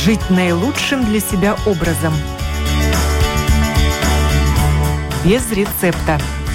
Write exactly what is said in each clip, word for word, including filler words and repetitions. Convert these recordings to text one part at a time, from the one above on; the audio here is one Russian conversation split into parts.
Жить наилучшим для себя образом. Без рецепта.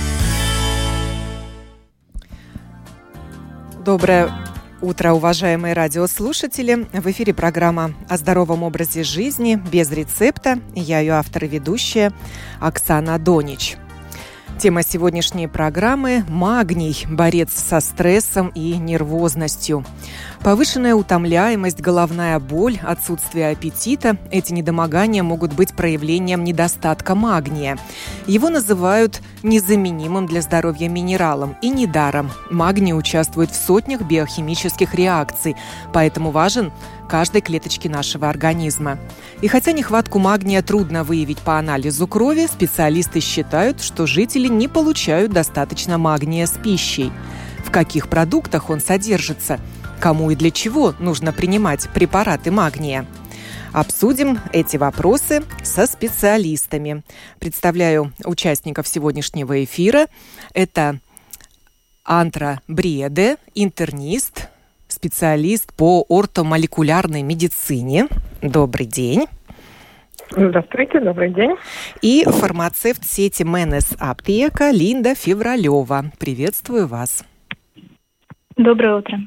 Доброе утро, уважаемые радиослушатели. В эфире программа о здоровом образе жизни без рецепта. Я ее автор и ведущая Оксана Донич. Тема сегодняшней программы – магний, борец со стрессом и нервозностью. Повышенная утомляемость, головная боль, отсутствие аппетита – эти недомогания могут быть проявлением недостатка магния. Его называют незаменимым для здоровья минералом. И недаром. Магний участвует в сотнях биохимических реакций, поэтому важен каждой клеточке нашего организма. И хотя нехватку магния трудно выявить по анализу крови, специалисты считают, что жители не получают достаточно магния с пищей. В каких продуктах он содержится? Кому и для чего нужно принимать препараты магния? Обсудим эти вопросы со специалистами. Представляю участников сегодняшнего эфира. Это Антра Бриеде, интернист, специалист по ортомолекулярной медицине. Добрый день. Здравствуйте, добрый день. И фармацевт сети Менес Аптека Линда Февралева. Приветствую вас. Доброе утро.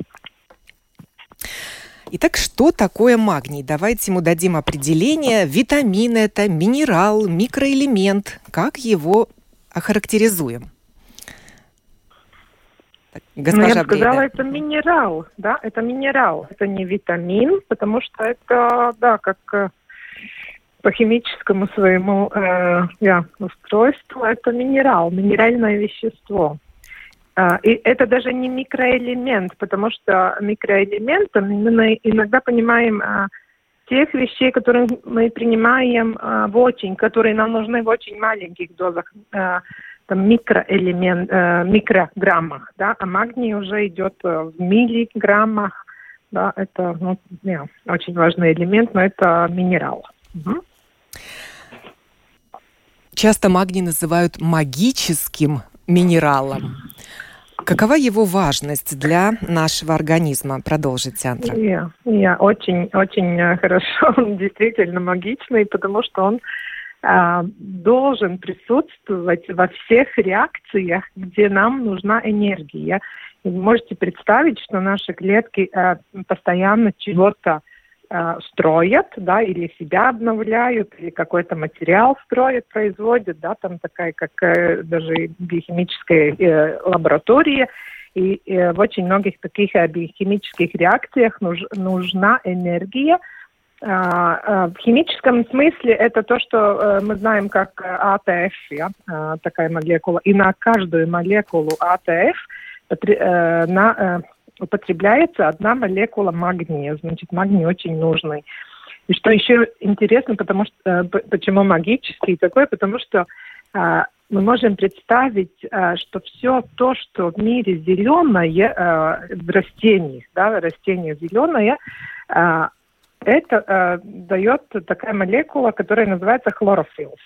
Итак, что такое магний? Давайте ему дадим определение. Витамин это, минерал, микроэлемент. Как его охарактеризуем? Госпожа ну, я бы сказала, это минерал, да, это минерал, это не витамин, потому что это, да, как э, по химическому своему э, yeah, устройству, это минерал, минеральное вещество. Uh, и это даже не микроэлемент, потому что микроэлементом мы иногда понимаем uh, тех вещей, которые мы принимаем uh, в очень, которые нам нужны в очень маленьких дозах, uh, там микроэлемент, uh, микрограммах, да, а магний уже идет uh, в миллиграммах, да, это ну, yeah, очень важный элемент, но это минерал. Uh-huh. Часто магний называют магическим минералом. Какова его важность для нашего организма? Продолжите, Антра. Я, я очень, очень хорошо, он действительно магичный, потому что он а, должен присутствовать во всех реакциях, где нам нужна энергия. И вы можете представить, что наши клетки а, постоянно чего-то строят, да, или себя обновляют, или какой-то материал строят, производят, да, там такая, как э, даже биохимическая э, лаборатория, и э, в очень многих таких э, биохимических реакциях нуж, нужна энергия. А, а, в химическом смысле это то, что э, мы знаем как АТФ, ja, а, такая молекула, и на каждую молекулу АТФ э, на э, употребляется одна молекула магния, значит, магний очень нужный. И что еще интересно, потому что почему магический такой, потому что а, мы можем представить, а, что все то, что в мире зеленое, а, в растениях, да, растение зеленое, а, это а, дает такая молекула, которая называется хлорофилл.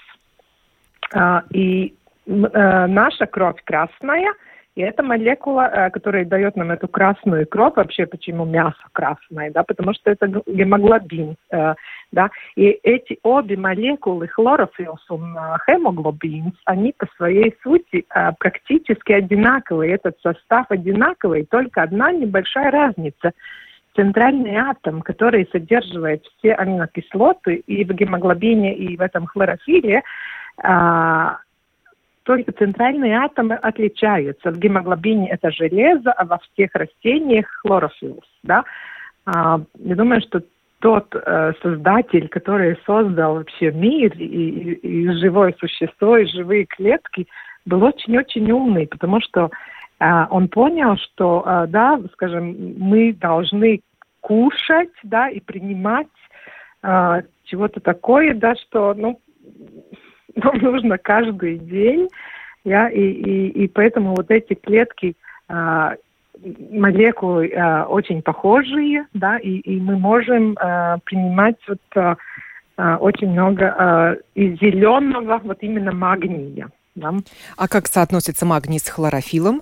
А, и а, наша кровь красная. И эта молекула, которая дает нам эту красную кровь, вообще почему мясо красное, да, потому что это гемоглобин, э, да, и эти обе молекулы хлорофилл и хемоглобин, они по своей сути э, практически одинаковые, этот состав одинаковый, только одна небольшая разница. Центральный атом, который содержит все аминокислоты и в гемоглобине, и в этом хлорофилле, э, только центральные атомы отличаются. В гемоглобине это железо, а во всех растениях хлорофилл. Да? А, я думаю, что тот э, создатель, который создал вообще мир и, и, и живое существо, и живые клетки, был очень-очень умный, потому что э, он понял, что, э, да, скажем, мы должны кушать, да, и принимать э, чего-то такое, да, что, ну, нам нужно каждый день, ja, и, и, и поэтому вот эти клетки, а, молекулы а, очень похожие, да, и, и мы можем а, принимать вот, а, очень много а, из зеленого вот именно магния. Да. А как соотносится магний с хлорофиллом?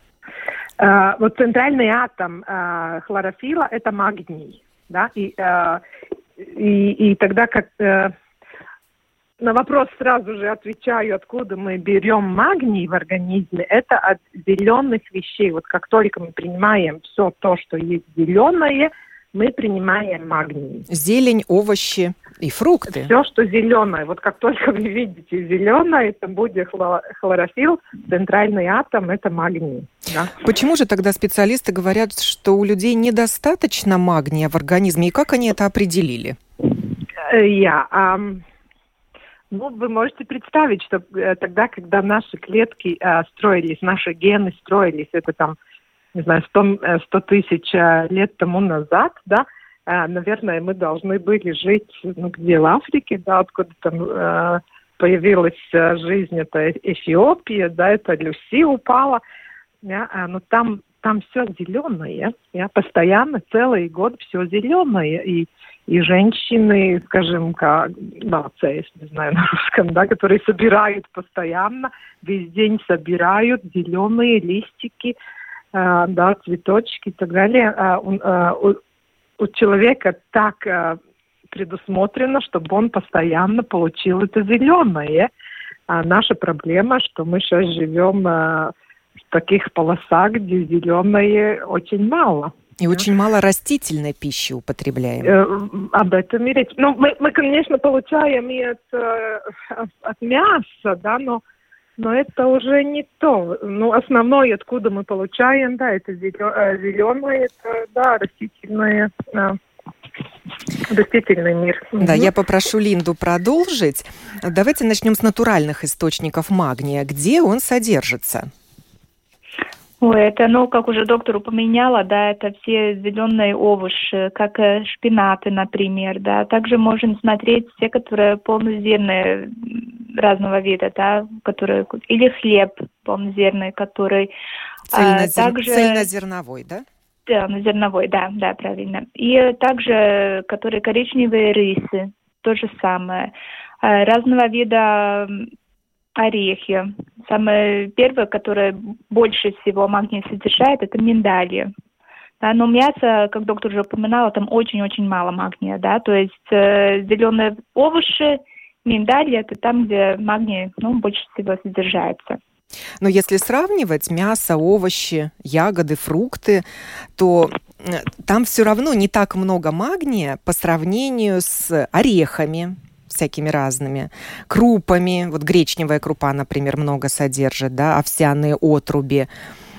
А, вот центральный атом а, хлорофилла – это магний, да, и а, и, и тогда как... Э, на вопрос сразу же отвечаю, откуда мы берем магний в организме. Это от зеленых вещей. Вот как только мы принимаем все то, что есть зеленое, мы принимаем магний. Зелень, овощи и фрукты. Все, что зеленое. Вот как только вы видите зеленое, это будет хлорофилл, центральный атом, это магний. Да. Почему же тогда специалисты говорят, что у людей недостаточно магния в организме? И как они это определили? Я... Yeah, um... Ну, вы можете представить, что э, тогда, когда наши клетки э, строились, наши гены строились, это там, не знаю, сто тысяч э, лет тому назад, да, э, наверное, мы должны были жить, ну, где в Африке, да, откуда там э, появилась э, жизнь, это Эфиопия, да, это Люси упала, да, э, но там, там все зеленое, да, постоянно, целый год все зеленое, и И женщины, скажем, как молодцы, не знаю на русском, да, которые собирают постоянно, весь день собирают зеленые листики, э, да, цветочки и так далее. Э, э, у, у человека так э, предусмотрено, чтобы он постоянно получил это зеленое. А наша проблема, что мы сейчас живем э, в таких полосах, где зеленое очень мало. И да. Очень мало растительной пищи употребляем. Э, об этом и речь. Ну, мы, мы, конечно, получаем и от, от, от мяса, да, но, но это уже не то. Ну, основное, откуда мы получаем, да, это зеленое, это, да, растительное, да, растительный мир. Да, угу. Я попрошу Линду продолжить. Давайте начнем с натуральных источников магния. Где он содержится? Ой, это, ну, как уже доктор упомянула, да, это все зеленые овощи, как шпинаты, например, да. Также можем смотреть все, которые полнозерные разного вида, да, которые, или хлеб полнозерный, который... Цельнозер... а, также... Цельнозерновой, да? Да, зерновой, да, да, правильно. И также, которые коричневые рисы, то же самое. А, разного вида... орехи. Самое первое, которое больше всего магния содержит, это миндалье. Да, но мясо, как доктор уже упоминала, там очень-очень мало магния, да, то есть э, зеленые овощи, миндалье, это там, где магний, ну, больше всего содержится. Но если сравнивать мясо, овощи, ягоды, фрукты, то там все равно не так много магния по сравнению с орехами, всякими разными, крупами. Вот гречневая крупа, например, много содержит, да, овсяные отруби.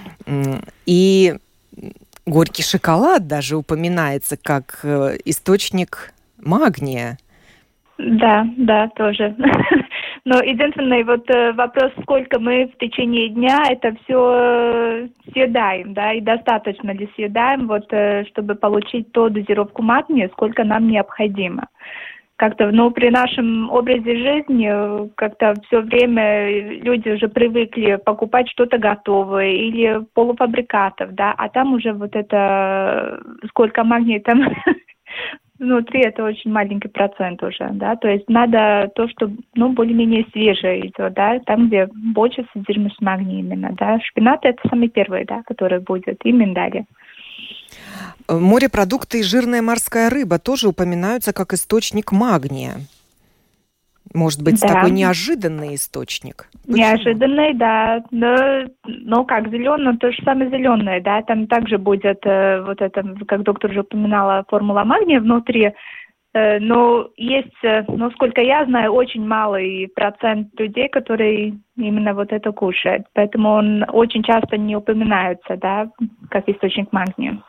И горький шоколад даже упоминается как источник магния. Да, да, тоже. Но единственный вот вопрос, сколько мы в течение дня это все съедаем, да, и достаточно ли съедаем, вот, чтобы получить ту дозировку магния, сколько нам необходимо. Как-то, ну, при нашем образе жизни как-то все время люди уже привыкли покупать что-то готовое или полуфабрикатов, да, а там уже вот это, сколько магния там внутри, это очень маленький процент уже, да, то есть надо то, что, ну, более-менее свежее идет, да, там, где больше содержимость магния именно, да, шпинаты это самые первые, да, которые будут, и миндаль. Морепродукты и жирная морская рыба тоже упоминаются как источник магния. Может быть, да. Такой неожиданный источник. Почему? Неожиданный, да. Но, но как зеленое, то же самое зеленое, да. Там также будет э, вот это, как доктор уже упоминала, формула магния внутри. Э, но есть, э, ну, сколько я знаю, очень малый процент людей, которые именно вот это кушают. Поэтому он очень часто не упоминается, да, как источник магния.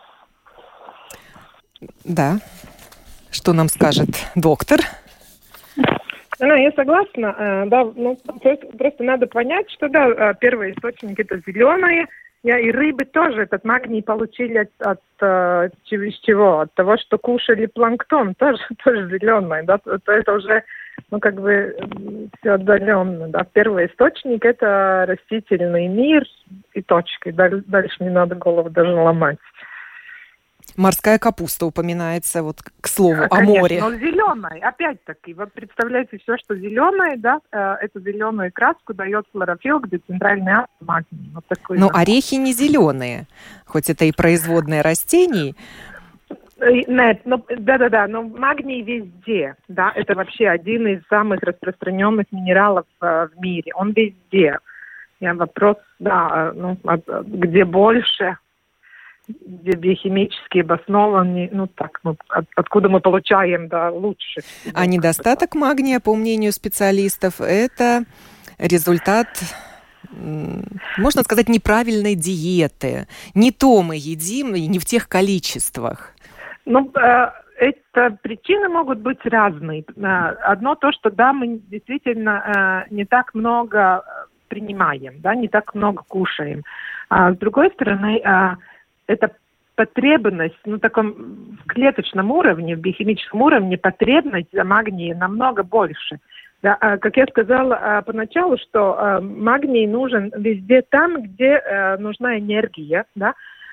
Да. Что нам скажет доктор? Ну, я согласна. Да, ну, просто, просто надо понять, что да, первый источник это зеленое, и рыбы тоже этот магний получили от, от, от чего? От того, что кушали планктон, тоже, тоже зеленое, да, то это уже, ну, как бы все отдаленно, да. Первый источник это растительный мир и точка, дальше не надо голову даже ломать. Морская капуста упоминается, вот к слову, Конечно, о море. Но зеленое, опять-таки, вот представляете, все, что зеленое, да, эту зеленую краску дает хлорофилл, где центральный атом магний. Вот такой. Но орехи не зеленые, хоть это и производные растений. Нет, ну, да-да-да, но магний везде, да, это вообще один из самых распространенных минералов э, в мире, он везде. Я вопрос, да, ну, где больше, где биохимически обоснованные, ну так, ну, от, откуда мы получаем, да, лучше. А недостаток магния, по мнению специалистов, это результат, можно сказать, неправильной диеты. Не то мы едим, и не в тех количествах. Ну, это причины могут быть разные. Одно то, что, да, мы действительно не так много принимаем, да, не так много кушаем. А с другой стороны, это потребность, ну, таком в клеточном уровне, в биохимическом уровне потребность за магнием намного больше. Да, как я сказала поначалу, что магний нужен везде там, где нужна энергия, да.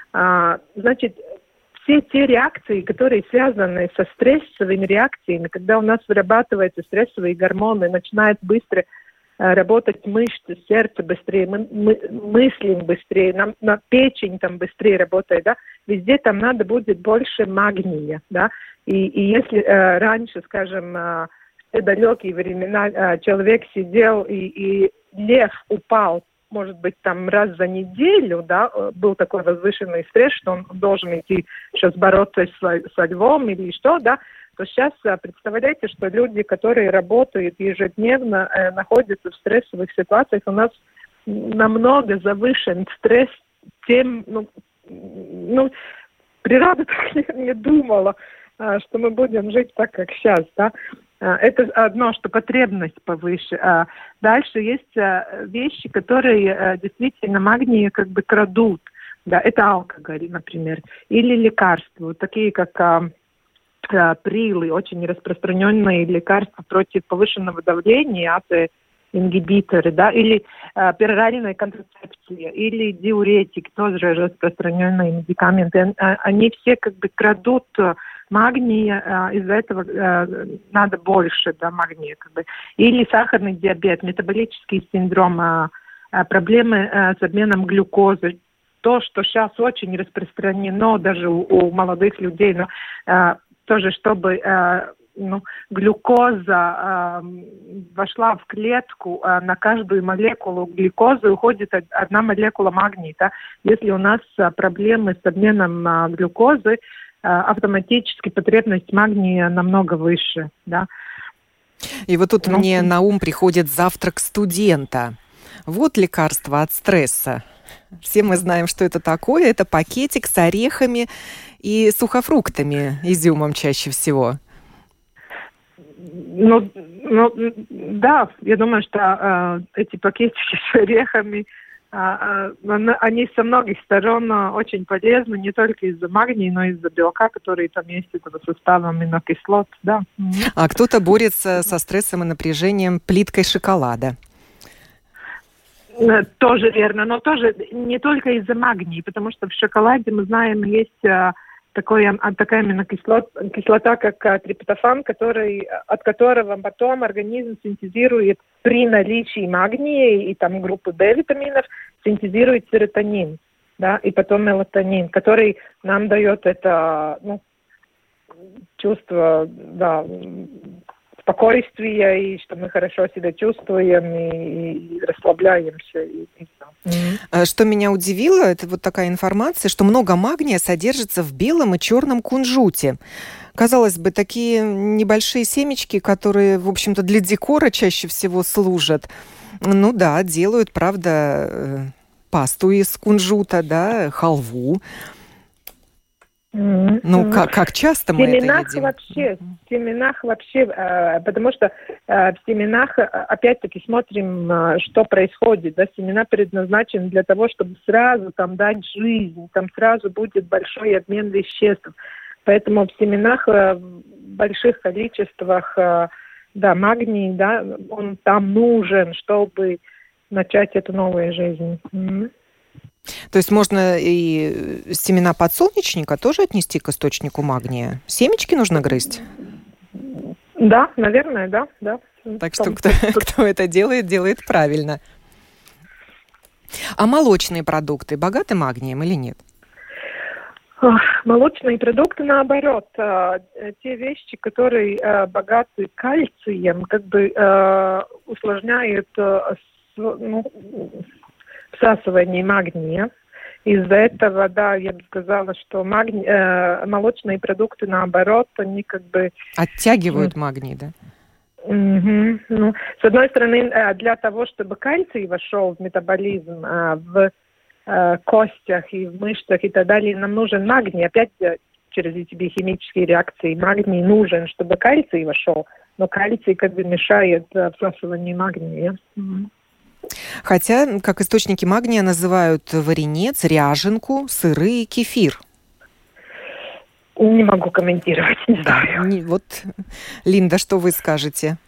Значит, все те реакции, которые связаны со стрессовыми реакциями, когда у нас вырабатываются стрессовые гормоны, начинает быстро работать мышцы, сердце быстрее, мы, мы мыслим быстрее, нам, на печень там быстрее работает, да, везде там надо будет больше магния, да, и, и если э, раньше, скажем, э, в далекие времена э, человек сидел и, и лев упал, может быть, там раз за неделю, да, был такой возвышенный стресс, что он должен идти сейчас бороться со, со львом или что, да, то сейчас представляете, что люди, которые работают ежедневно, э, находятся в стрессовых ситуациях, у нас намного завышен стресс, тем, ну, ну природа так не, не думала, э, что мы будем жить так, как сейчас, да. Это одно, что потребность повыше. А дальше есть вещи, которые действительно магний как бы крадут. Да, это алкоголь, например, или лекарства, такие как а, а, прилы, очень распространенные лекарства против повышенного давления, ингибиторы, да, или а, пероральная контрацепция, или диуретик, тоже распространенные медикаменты. А, они все как бы крадут магния, из-за этого э, надо больше, да, магния, как бы. Или сахарный диабет, метаболический синдром, э, проблемы э, с обменом глюкозы. То, что сейчас очень распространено даже у, у молодых людей, но э, тоже, чтобы э, ну, глюкоза э, вошла в клетку, э, на каждую молекулу глюкозы уходит одна молекула магния. Да? Если у нас э, проблемы с обменом э, глюкозы, автоматически потребность магния намного выше, да. И вот тут ну, мне на ум приходит завтрак студента. Вот лекарство от стресса. Все мы знаем, что это такое. Это пакетик с орехами и сухофруктами, изюмом чаще всего. Ну, ну да, я думаю, что э, эти пакетики с орехами, они со многих сторон очень полезны, не только из-за магния, но и из-за белка, который там есть, этого состава аминокислот, да. А кто-то борется со стрессом и напряжением плиткой шоколада. Тоже верно, но тоже не только из-за магния, потому что в шоколаде, мы знаем, есть такой, такая аминокислота, кислота, как триптофан, который, от которого потом организм синтезирует при наличии магния и там группы В витаминов, синтезирует серотонин, да, и потом мелатонин, который нам дает это, ну, чувство, да, спокойствия, и что мы хорошо себя чувствуем, и, и расслабляемся. И, и mm-hmm. Что меня удивило, это вот такая информация, что много магния содержится в белом и черном кунжуте. Казалось бы, такие небольшие семечки, которые, в общем-то, для декора чаще всего служат. Ну да, делают, правда, пасту из кунжута, да, халву. Mm-hmm. Ну, как, как часто мы это едим? Вообще, в семенах вообще, э, потому что э, в семенах, опять-таки, смотрим, э, что происходит. Да? Семена предназначены для того, чтобы сразу там дать жизнь, там сразу будет большой обмен веществ. Поэтому в семенах э, в больших количествах, э, да, магний, да, он там нужен, чтобы начать эту новую жизнь. Mm-hmm. То есть можно и семена подсолнечника тоже отнести к источнику магния? Семечки нужно грызть? Да, наверное, да. да. Так что кто, кто это делает, делает правильно. А молочные продукты богаты магнием или нет? Молочные продукты, наоборот, те вещи, которые богаты кальцием, как бы усложняют ну, всасывание магния. Из-за этого, да, я бы сказала, что магни... молочные продукты, наоборот, они как бы... Оттягивают магний, да? Угу. Ну, с одной стороны, для того, чтобы кальций вошел в метаболизм, в костях и в мышцах и так далее, нам нужен магний. Опять через эти биохимические реакции магний нужен, чтобы кальций вошел, но кальций как бы мешает всасыванию магния. Хотя, как источники магния называют варенец, ряженку, сыры и кефир. Не могу комментировать, не знаю. Не, вот, Линда, что вы скажете?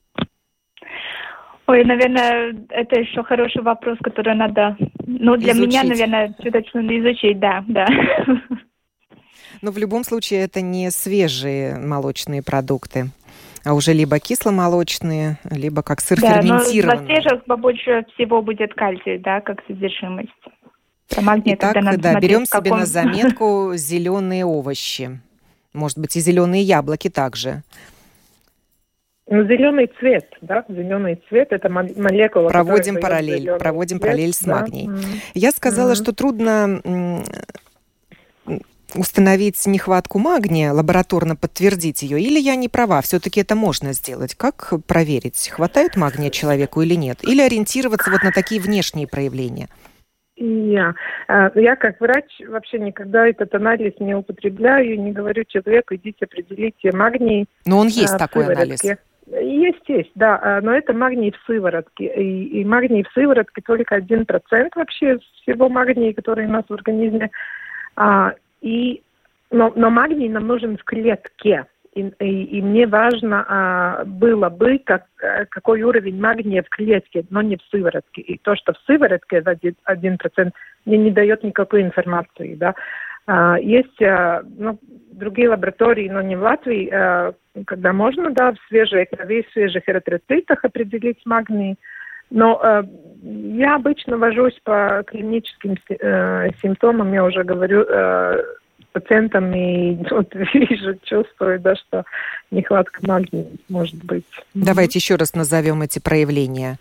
Ой, наверное, это еще хороший вопрос, который надо, ну, для изучить. меня, наверное, чуточку изучить, да, да. Но в любом случае это не свежие молочные продукты, а уже либо кисломолочные, либо как сыр да, ферментированный. Да, но во свежих побольше всего будет кальций, да, как содержимость. Про магний Итак, тогда надо да, смотреть, берем каком... себе на заметку зеленые овощи. Может быть, и зеленые яблоки также. Ну, зеленый цвет, да, зеленый цвет – это молекула, Проводим параллель, проводим цвет, параллель с да? магнием. Mm-hmm. Я сказала, mm-hmm. что трудно м- установить нехватку магния, лабораторно подтвердить ее, или я не права, все-таки это можно сделать. Как проверить, хватает магния человеку или нет? Или ориентироваться вот на такие внешние проявления? Я, я как врач вообще никогда этот анализ не употребляю, не говорю человеку, идите определите магний. Но он есть такой анализ. Есть, есть, да, но это магний в сыворотке. И, и магний в сыворотке только один процент вообще всего магния, который у нас в организме. А, и, но, но магний нам нужен в клетке. И, и, и мне важно а, было бы, как, какой уровень магния в клетке, но не в сыворотке. И то, что в сыворотке один процент, мне не дает никакой информации. Да. А, есть а, ну, другие лаборатории, но не в Латвии, а, когда можно, да, в свежей крови, в свежих эритроцитах определить магний. Но э, я обычно вожусь по клиническим э, симптомам, я уже говорю э, пациентам, и вот, вижу, чувствую, да, что нехватка магния может быть. Давайте еще раз назовем эти проявления.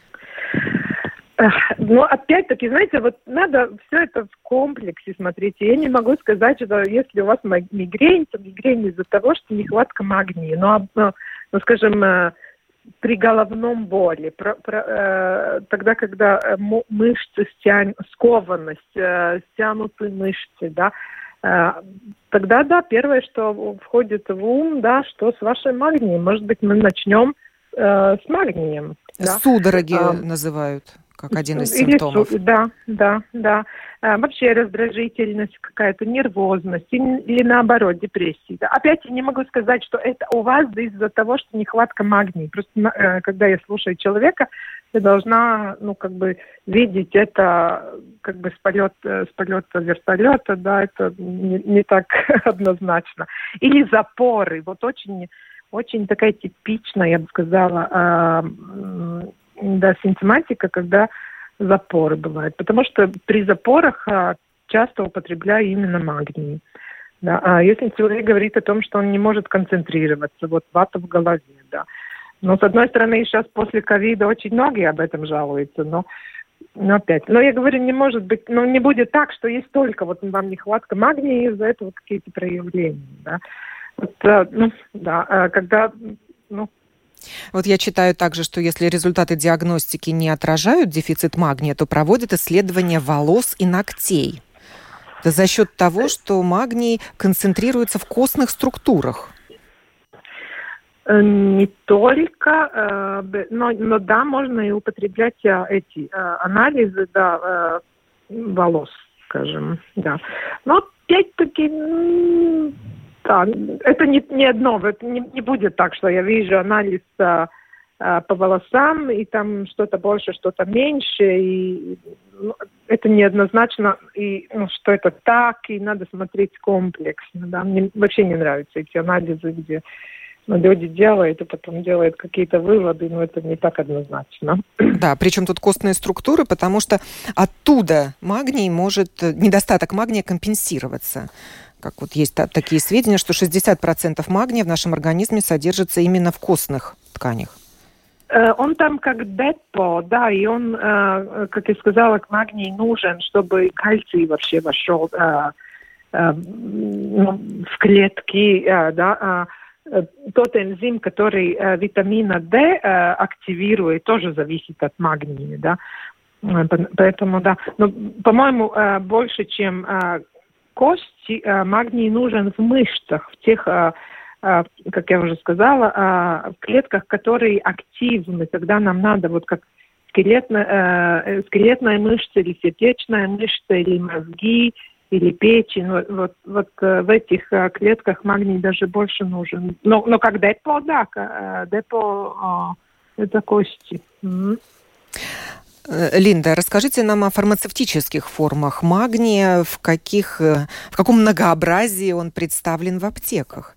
Но опять-таки, знаете, вот надо все это в комплексе смотреть. Я не могу сказать, что если у вас мигрень, то мигрень из-за того, что нехватка магния. Но, ну, ну скажем, при головном боли, про, про, э, тогда, когда мышцы стян, скованность, э, стянуты мышцы, да, э, тогда, да, первое, что входит в ум, да, что с вашей магнием. Может быть, мы начнем э, с магнием. Да? Судороги а, называют. Как один из симптомов. Или, да, да, да. А, вообще раздражительность какая-то, нервозность или, или наоборот депрессия. Да. Опять я не могу сказать, что это у вас да, из-за того, что нехватка магния. Просто э, когда я слушаю человека, я должна, ну, как бы видеть это, как бы с полета, с полета вертолета, да, это не, не так однозначно. Или запоры. Вот очень, очень такая типичная, я бы сказала, э, да, симптоматика, когда запоры бывают. Потому что при запорах а, часто употребляю именно магний. Да. А если человек говорит о том, что он не может концентрироваться, вот вата в голове, да. Но, с одной стороны, сейчас после ковида очень многие об этом жалуются, но, но опять. Но я говорю, не может быть, ну, не будет так, что есть только вот вам нехватка магния, и из-за этого какие-то проявления, да. Вот, а, ну, да, а, когда, ну, Вот я читаю также, что если результаты диагностики не отражают дефицит магния, то проводят исследования волос и ногтей. Это за счет того, что магний концентрируется в костных структурах. Не только, но, но да, можно и употреблять эти анализы, да, волос, скажем, да. Но опять-таки, да, это не, не одно, это не, не будет так, что я вижу анализ а, а, по волосам, и там что-то больше, что-то меньше, и ну, это неоднозначно, и ну, что это так, и надо смотреть комплексно, да. Мне вообще не нравятся эти анализы, где люди делают и потом делают какие-то выводы, но это не так однозначно. Да, причем тут костные структуры, потому что оттуда магний может, недостаток магния компенсироваться. Как вот есть такие сведения, что шестьдесят процентов магния в нашем организме содержится именно в костных тканях. Он там как депо, да, и он, как я сказала, магний нужен, чтобы кальций вообще вошел в клетки, да. Тот энзим, который витамина D активирует, тоже зависит от магния, да. Поэтому, да. Но, по-моему, больше, чем кости, магний нужен в мышцах, в тех, как я уже сказала, в клетках, которые активны, когда нам надо, вот как скелетная, скелетная мышца или сердечная мышца, или мозги, или печень. Вот, вот, вот в этих клетках магний даже больше нужен. Но, но как депо, да, депо это кости. Mm-hmm. Линда, расскажите нам о фармацевтических формах магния, в, каких, в каком многообразии он представлен в аптеках?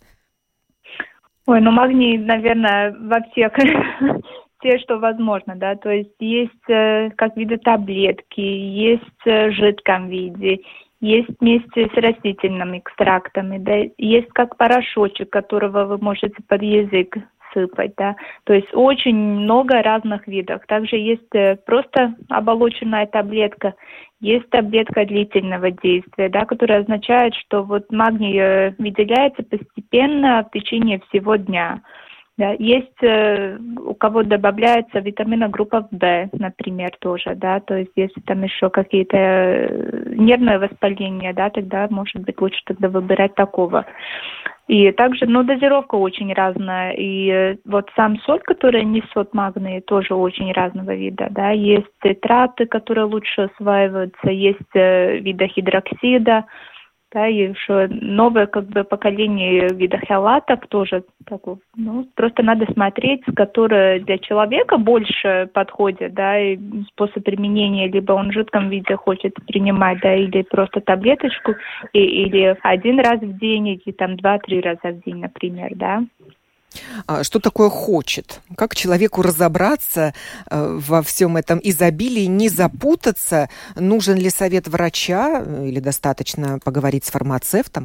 Ой, ну магний, наверное, в аптеках те, что возможно, да, то есть есть как виды таблетки, есть в жидком виде, есть вместе с растительными экстрактами, да, есть как порошочек, которого вы можете под язык сыпать, да, то есть очень много разных видов. Также есть просто оболоченная таблетка, есть таблетка длительного действия, да, которая означает, что вот магний выделяется постепенно в течение всего дня. Да. Есть э, у кого добавляется витамина группа В, например, тоже, да, то есть если там еще какие-то нервные воспаления, да, тогда, может быть, лучше тогда выбирать такого. И также, ну, дозировка очень разная, и вот сам соль, которая несет магний, тоже очень разного вида, да, есть цитраты, которые лучше усваиваются, есть э, виды гидроксида, да, и еще новое как бы поколение вида халатов тоже, так, ну, просто надо смотреть, который для человека больше подходит, да, и способ применения, либо он в жидком виде хочет принимать, да, или просто таблеточку, и, или один раз в день, или там два-три раза в день, например, да. Что такое хочет? Как человеку разобраться во всем этом изобилии, не запутаться? Нужен ли совет врача или достаточно поговорить с фармацевтом?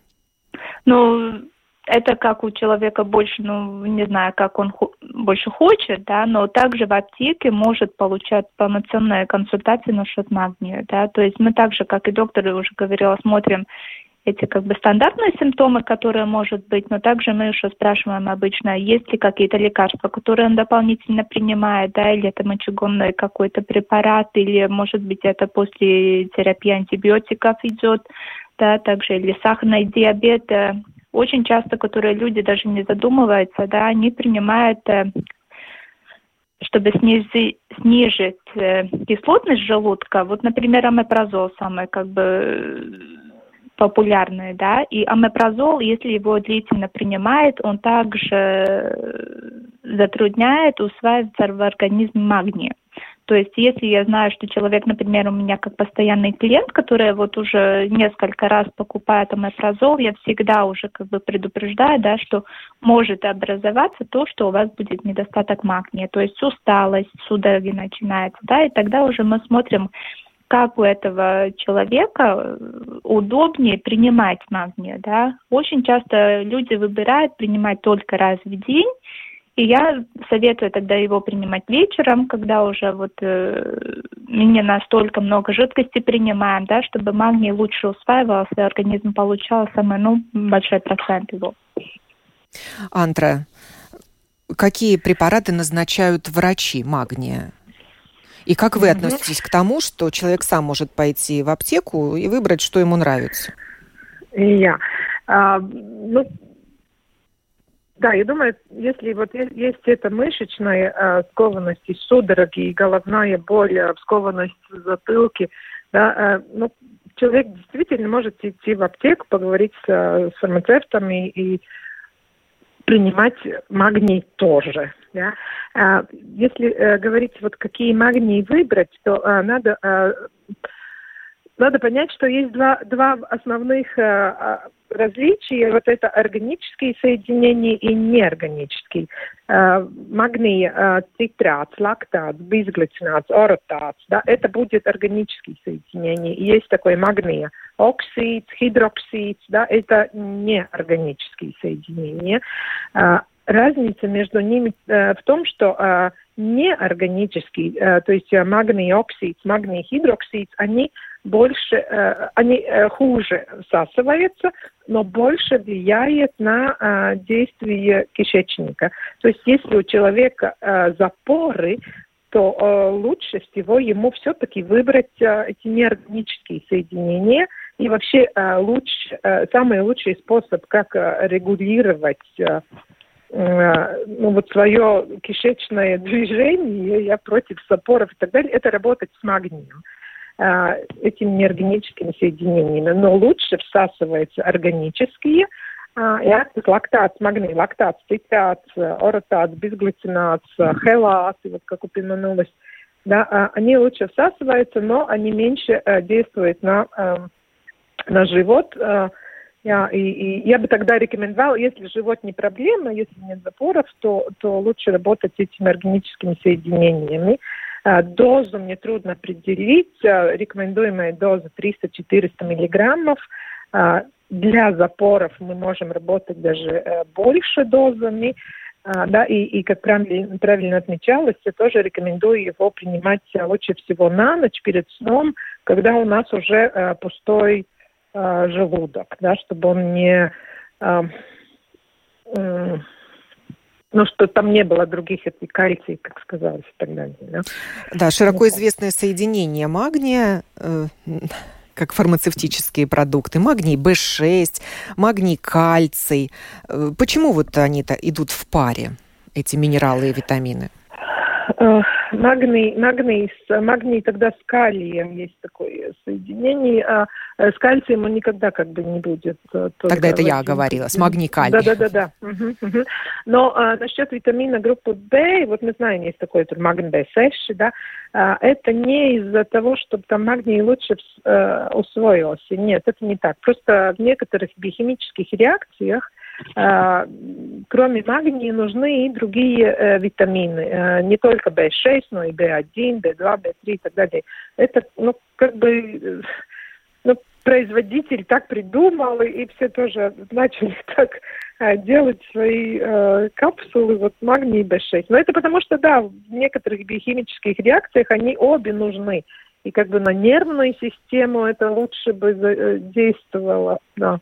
Ну, это как у человека больше, ну, не знаю, как он хо- больше хочет, да, но также в аптеке может получать полноценные консультации насчет магния, да, то есть мы также, как и доктор уже говорила, смотрим эти как бы стандартные симптомы, которые может быть, но также мы еще спрашиваем обычно, есть ли какие-то лекарства, которые он дополнительно принимает, да, или это мочегонный какой-то препарат, или, может быть, это после терапии антибиотиков идет, да, также или сахарный диабет. Очень часто, которые люди даже не задумываются, да, они принимают, чтобы снизить, снизить кислотность желудка, вот, например, омепразол самый как бы популярный, да, и омепразол, если его длительно принимает, он также затрудняет усваиваться в организме магния. То есть, если я знаю, что человек, например, у меня как постоянный клиент, который вот уже несколько раз покупает омепразол, я всегда уже как бы предупреждаю, да, что может образоваться то, что у вас будет недостаток магния, то есть усталость, судороги начинается, да, и тогда уже мы смотрим, как у этого человека удобнее принимать магний, да. Очень часто люди выбирают принимать только раз в день, и я советую тогда его принимать вечером, когда уже вот э, не настолько много жидкости принимаем, да, чтобы магний лучше усваивался, и организм получал самый, ну, большой процент его. Антра, какие препараты назначают врачи магния? И как вы относитесь к тому, что человек сам может пойти в аптеку и выбрать, что ему нравится? Я. А, ну, да, я думаю, если вот есть, есть эта мышечная а, скованность, и судороги, и головная боль, скованность в затылке, да, а, ну, человек действительно может идти в аптеку, поговорить с, с фармацевтами и принимать магний тоже. Да? А, если а, говорить, вот какие магнии выбрать, то а, надо, а, надо понять, что есть два, два основных а, различие, вот это органические соединения и неорганические. Э, магний э, цитрат, лактат, бисглицинат, оротат, да, это будет органические соединения. И есть такое магний оксид, гидроксид, да, это неорганические соединения. Э, разница между ними э, в том, что э, неорганические, э, то есть э, магний оксид, магний гидроксид, они больше, э, они э, хуже всасываются, но больше влияет на э, действие кишечника. То есть если у человека э, запоры, то э, лучше всего ему все-таки выбрать э, эти неорганические соединения. И вообще э, лучше, э, самый лучший способ, как э, регулировать э, э, ну, вот свое кишечное движение, я против запоров и так далее, это работать с магнием, этими неорганическими соединениями. Но лучше всасываются органические, а, лактат, магний, лактат, цитрат, оротат, бисглицинат, хелат, вот как упомянулось, да, а, они лучше всасываются, но они меньше а, действуют на, а, на живот. А, я, и, и я бы тогда рекомендовала, если живот не проблема, если нет запоров, то, то лучше работать этими органическими соединениями. Дозу мне трудно определить. Рекомендуемая доза триста-четыреста миллиграммов. Для запоров мы можем работать даже больше дозами. Да, и, и как правильно, правильно отмечалось, я тоже рекомендую его принимать лучше всего на ночь перед сном, когда у нас уже пустой желудок, да, чтобы он не... Ну, что там не было других кальций, как сказалось, и так далее. Да, да, широко известное соединение магния, э, как фармацевтические продукты. Магний бэ шесть, магний кальций. Э, почему вот они-то идут в паре, эти минералы и витамины? Магний, магний, магний тогда с калием есть такое соединение, а с кальцием он никогда как бы не будет. Тогда это я говорила, с магний-калий. Да-да-да. Угу, угу. Но а, насчет витамина группы В, вот мы знаем, есть такой магний бэ шесть, да, а, это не из-за того, чтобы там магний лучше а, усвоился. Нет, это не так. Просто в некоторых биохимических реакциях Uh, кроме магния нужны и другие uh, витамины. Uh, не только бэ шесть, но и бэ один, бэ два, бэ три и так далее. Это, ну, как бы, ну, производитель так придумал, и, и все тоже начали так uh, делать свои uh, капсулы, вот магний и бэ шесть. Но это потому что, да, в некоторых биохимических реакциях они обе нужны. И как бы на нервную систему это лучше бы uh, действовало, да.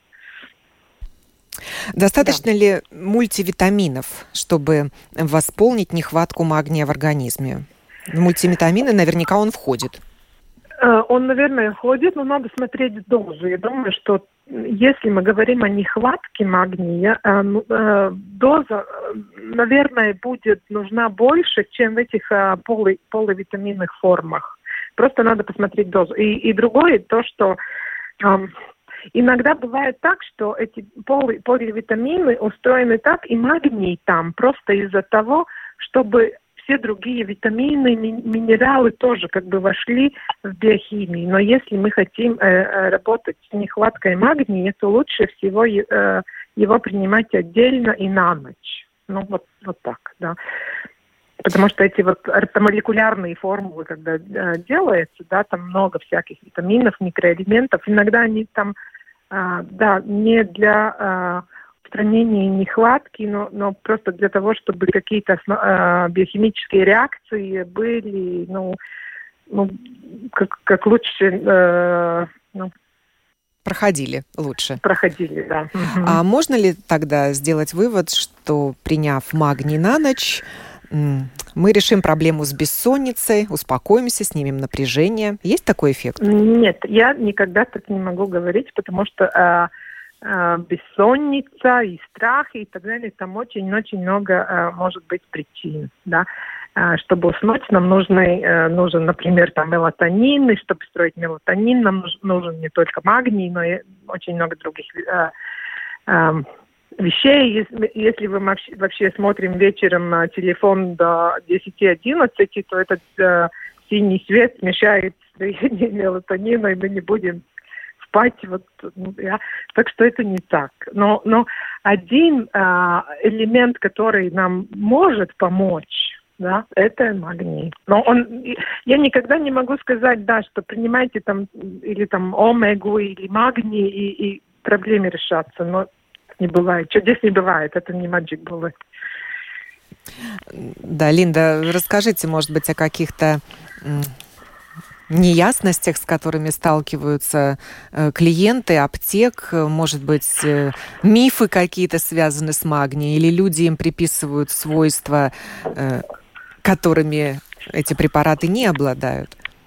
Достаточно да. ли мультивитаминов, чтобы восполнить нехватку магния в организме? В мультивитамины наверняка он входит. Он, наверное, входит, но надо смотреть дозу. Я думаю, что если мы говорим о нехватке магния, доза, наверное, будет нужна больше, чем в этих поли, поливитаминных формах. Просто надо посмотреть дозу. И, и другое, то, что... Иногда бывает так, что эти поли, поливитамины устроены так, и магний там просто из-за того, чтобы все другие витамины, ми- минералы тоже как бы вошли в биохимию. Но если мы хотим э, работать с нехваткой магния, то лучше всего э, его принимать отдельно и на ночь. Ну вот, вот так, да. Потому что эти вот ортомолекулярные формулы, когда э, делается, да, там много всяких витаминов, микроэлементов, иногда они там, э, да, не для э, устранения нехватки, но, но просто для того, чтобы какие-то основ, э, биохимические реакции были, ну, ну как, как лучше, э, ну, проходили лучше. Проходили, да. А можно ли тогда сделать вывод, что приняв магний на ночь, мы решим проблему с бессонницей, успокоимся, снимем напряжение? Есть такой эффект? Нет, я никогда так не могу говорить, потому что э, э, бессонница и страх и так далее, там очень-очень много э, может быть причин, да. Э, чтобы уснуть, нам нужны, э, нужен, например, там мелатонин, и чтобы строить мелатонин, нам нужен не только магний, но и очень много других э, э, вещей. Если, если вы вообще, вообще смотрим вечером на телефон до десяти-одиннадцати, то этот э, синий свет смешает строение мелатонина, и мы не будем покупать. Вот, ну, я, так что это не так. Но, но один а, элемент, который нам может помочь, да, это магний. Но он, я никогда не могу сказать, да, что принимайте там или там омегу, или магний, и, и проблемы решатся. Но не бывает. Чудес не бывает. Это не magic bullet. Да, Линда, расскажите, может быть, о каких-то неясностях, с которыми сталкиваются клиенты аптек, может быть, мифы какие-то связаны с магнием, или люди им приписывают свойства, которыми эти препараты не обладают?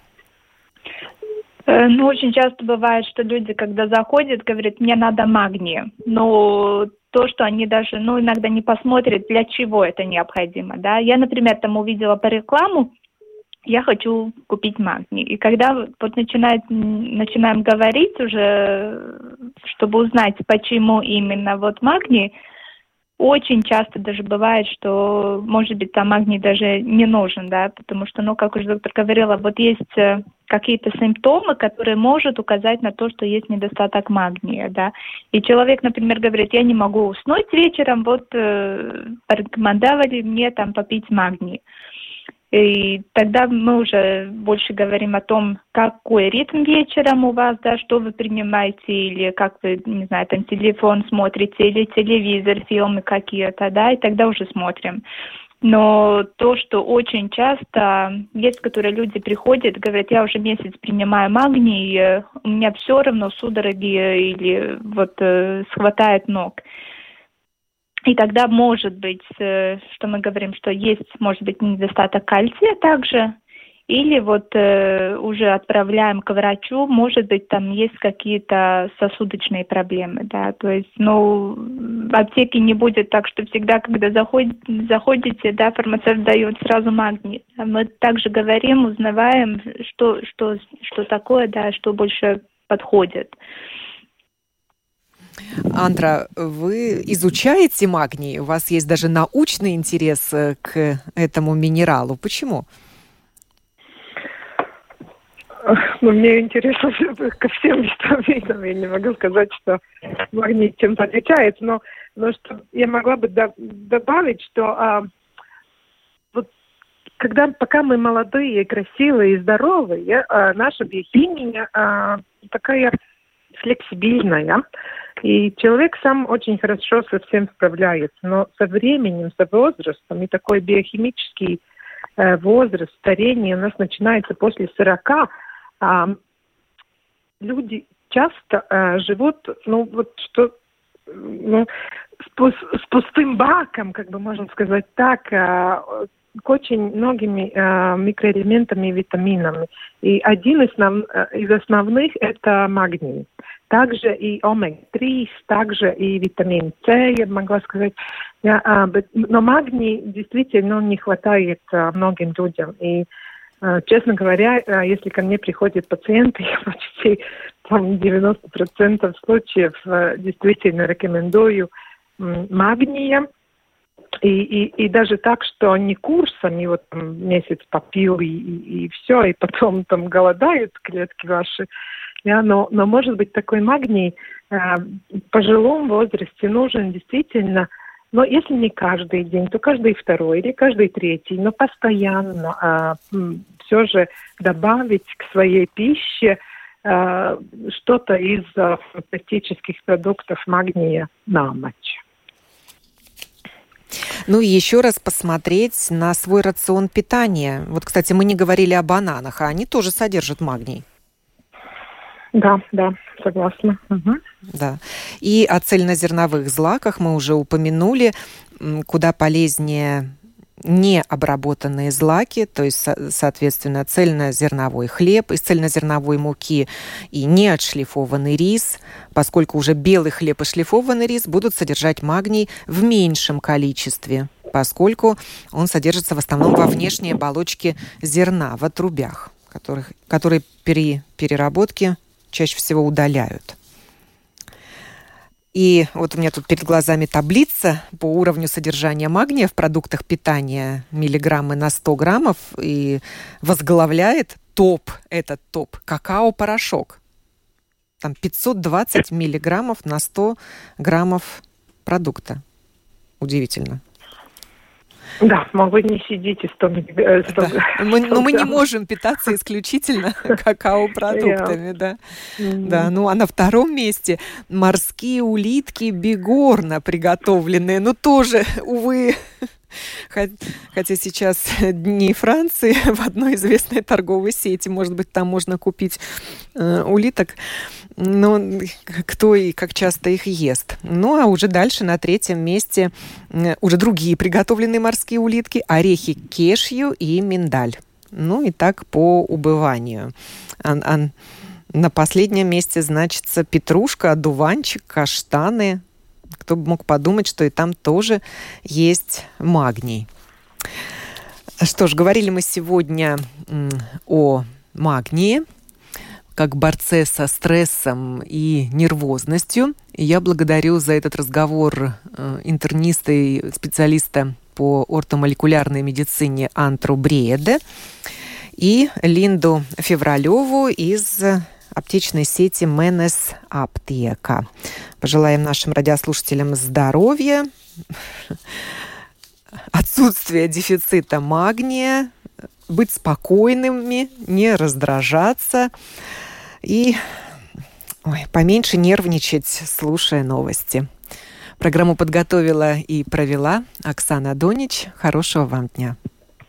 Ну, очень часто бывает, что люди, когда заходят, говорят, мне надо магния. Но то, что они даже, ну, иногда не посмотрят, для чего это необходимо, да. Я, например, там увидела по рекламу, я хочу купить магний. И когда вот начинает, начинаем говорить уже, чтобы узнать, почему именно вот магний, очень часто даже бывает, что, может быть, там магний даже не нужен, да, потому что, ну, как уже доктор говорила, вот есть какие-то симптомы, которые могут указать на то, что есть недостаток магния, да. И человек, например, говорит, я не могу уснуть вечером, вот э, порекомендовали мне там попить магний. И тогда мы уже больше говорим о том, какой ритм вечером у вас, да, что вы принимаете, или как вы, не знаю, там телефон смотрите, или телевизор, фильмы какие-то, да, и тогда уже смотрим. Но то, что очень часто есть, которые люди приходят, говорят, я уже месяц принимаю магний, у меня все равно судороги или вот э, схватает ног. И тогда может быть, что мы говорим, что есть, может быть, недостаток кальция также, или вот э, уже отправляем к врачу, может быть, там есть какие-то сосудочные проблемы, да, то есть, ну, в аптеке не будет так, что всегда, когда заходите, заходите, да, фармацевт дает сразу магний. А мы также говорим, узнаваем, что, что, что такое, да, что больше подходит. Андра, вы изучаете магний? У вас есть даже научный интерес к этому минералу. Почему? Ну, мне интересно ко всем витаминам. Я не могу сказать, что магний чем-то отличается, но, но что я могла бы до, добавить, что а, вот когда, пока мы молодые, красивые и здоровые, а, наша биохимия а, такая флексибильная, и человек сам очень хорошо со всем справляется. Но со временем, со возрастом, и такой биохимический э, возраст, старение у нас начинается после сорока, а, люди часто а, живут, ну, вот что, ну, с, пус- с пустым баком, как бы можно сказать так, а, к очень многими а, микроэлементами и витаминами. И один из, основ, из основных – это магний. Также и омега три, также и витамин С, я бы могла сказать. Я, а, но магний действительно не хватает а, многим людям. И, а, честно говоря, а, если ко мне приходят пациенты, я почти там, девяносто процентов случаев а, действительно рекомендую м, магния. И, и, и даже так, что не курсами, вот там, месяц попил и, и, и все, и потом там голодают клетки ваши. Ja, но, но, может быть, такой магний э, в пожилом возрасте нужен действительно, но если не каждый день, то каждый второй или каждый третий, но постоянно э, все же добавить к своей пище э, что-то из э, практических продуктов магния на ночь. Ну и еще раз посмотреть на свой рацион питания. Вот, кстати, мы не говорили о бананах, а они тоже содержат магний. Да, да, согласна. Угу. Да. И о цельнозерновых злаках мы уже упомянули, куда полезнее необработанные злаки, то есть, соответственно, цельнозерновой хлеб из цельнозерновой муки и неотшлифованный рис, поскольку уже белый хлеб и шлифованный рис будут содержать магний в меньшем количестве, поскольку он содержится в основном во внешней оболочке зерна, в отрубях, которых, которые при переработке чаще всего удаляют. И вот у меня тут перед глазами таблица по уровню содержания магния в продуктах питания, миллиграммы на сто граммов, и возглавляет топ, этот топ, какао-порошок. там пятьсот двадцать миллиграммов на сто граммов продукта. Удивительно. Да, могу не сидите сто миллиграммов. Да. Мы, но мы не можем питаться исключительно какао-продуктами, да. Mm-hmm. Да. Ну, а на втором месте морские улитки бигорна приготовленные. Ну, тоже, увы, хотя сейчас дни Франции в одной известной торговой сети, может быть, там можно купить э, улиток, но кто и как часто их ест. Ну, а уже дальше на третьем месте э, уже другие приготовленные морские улитки, орехи кешью и миндаль. Ну, и так по убыванию. А, а на последнем месте значится петрушка, одуванчик, каштаны. Кто бы мог подумать, что и там тоже есть магний. Что ж, говорили мы сегодня о магнии, как борце со стрессом и нервозностью. И я благодарю за этот разговор интерниста и специалиста по ортомолекулярной медицине Антру Брееде и Линду Февралеву из аптечной сети Менес Аптека. Пожелаем нашим радиослушателям здоровья, отсутствия дефицита магния, быть спокойными, не раздражаться и ой, поменьше нервничать, слушая новости. Программу подготовила и провела Оксана Донич. Хорошего вам дня.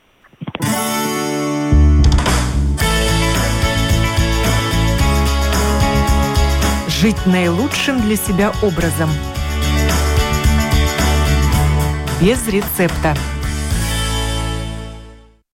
Жить наилучшим для себя образом. Без рецепта.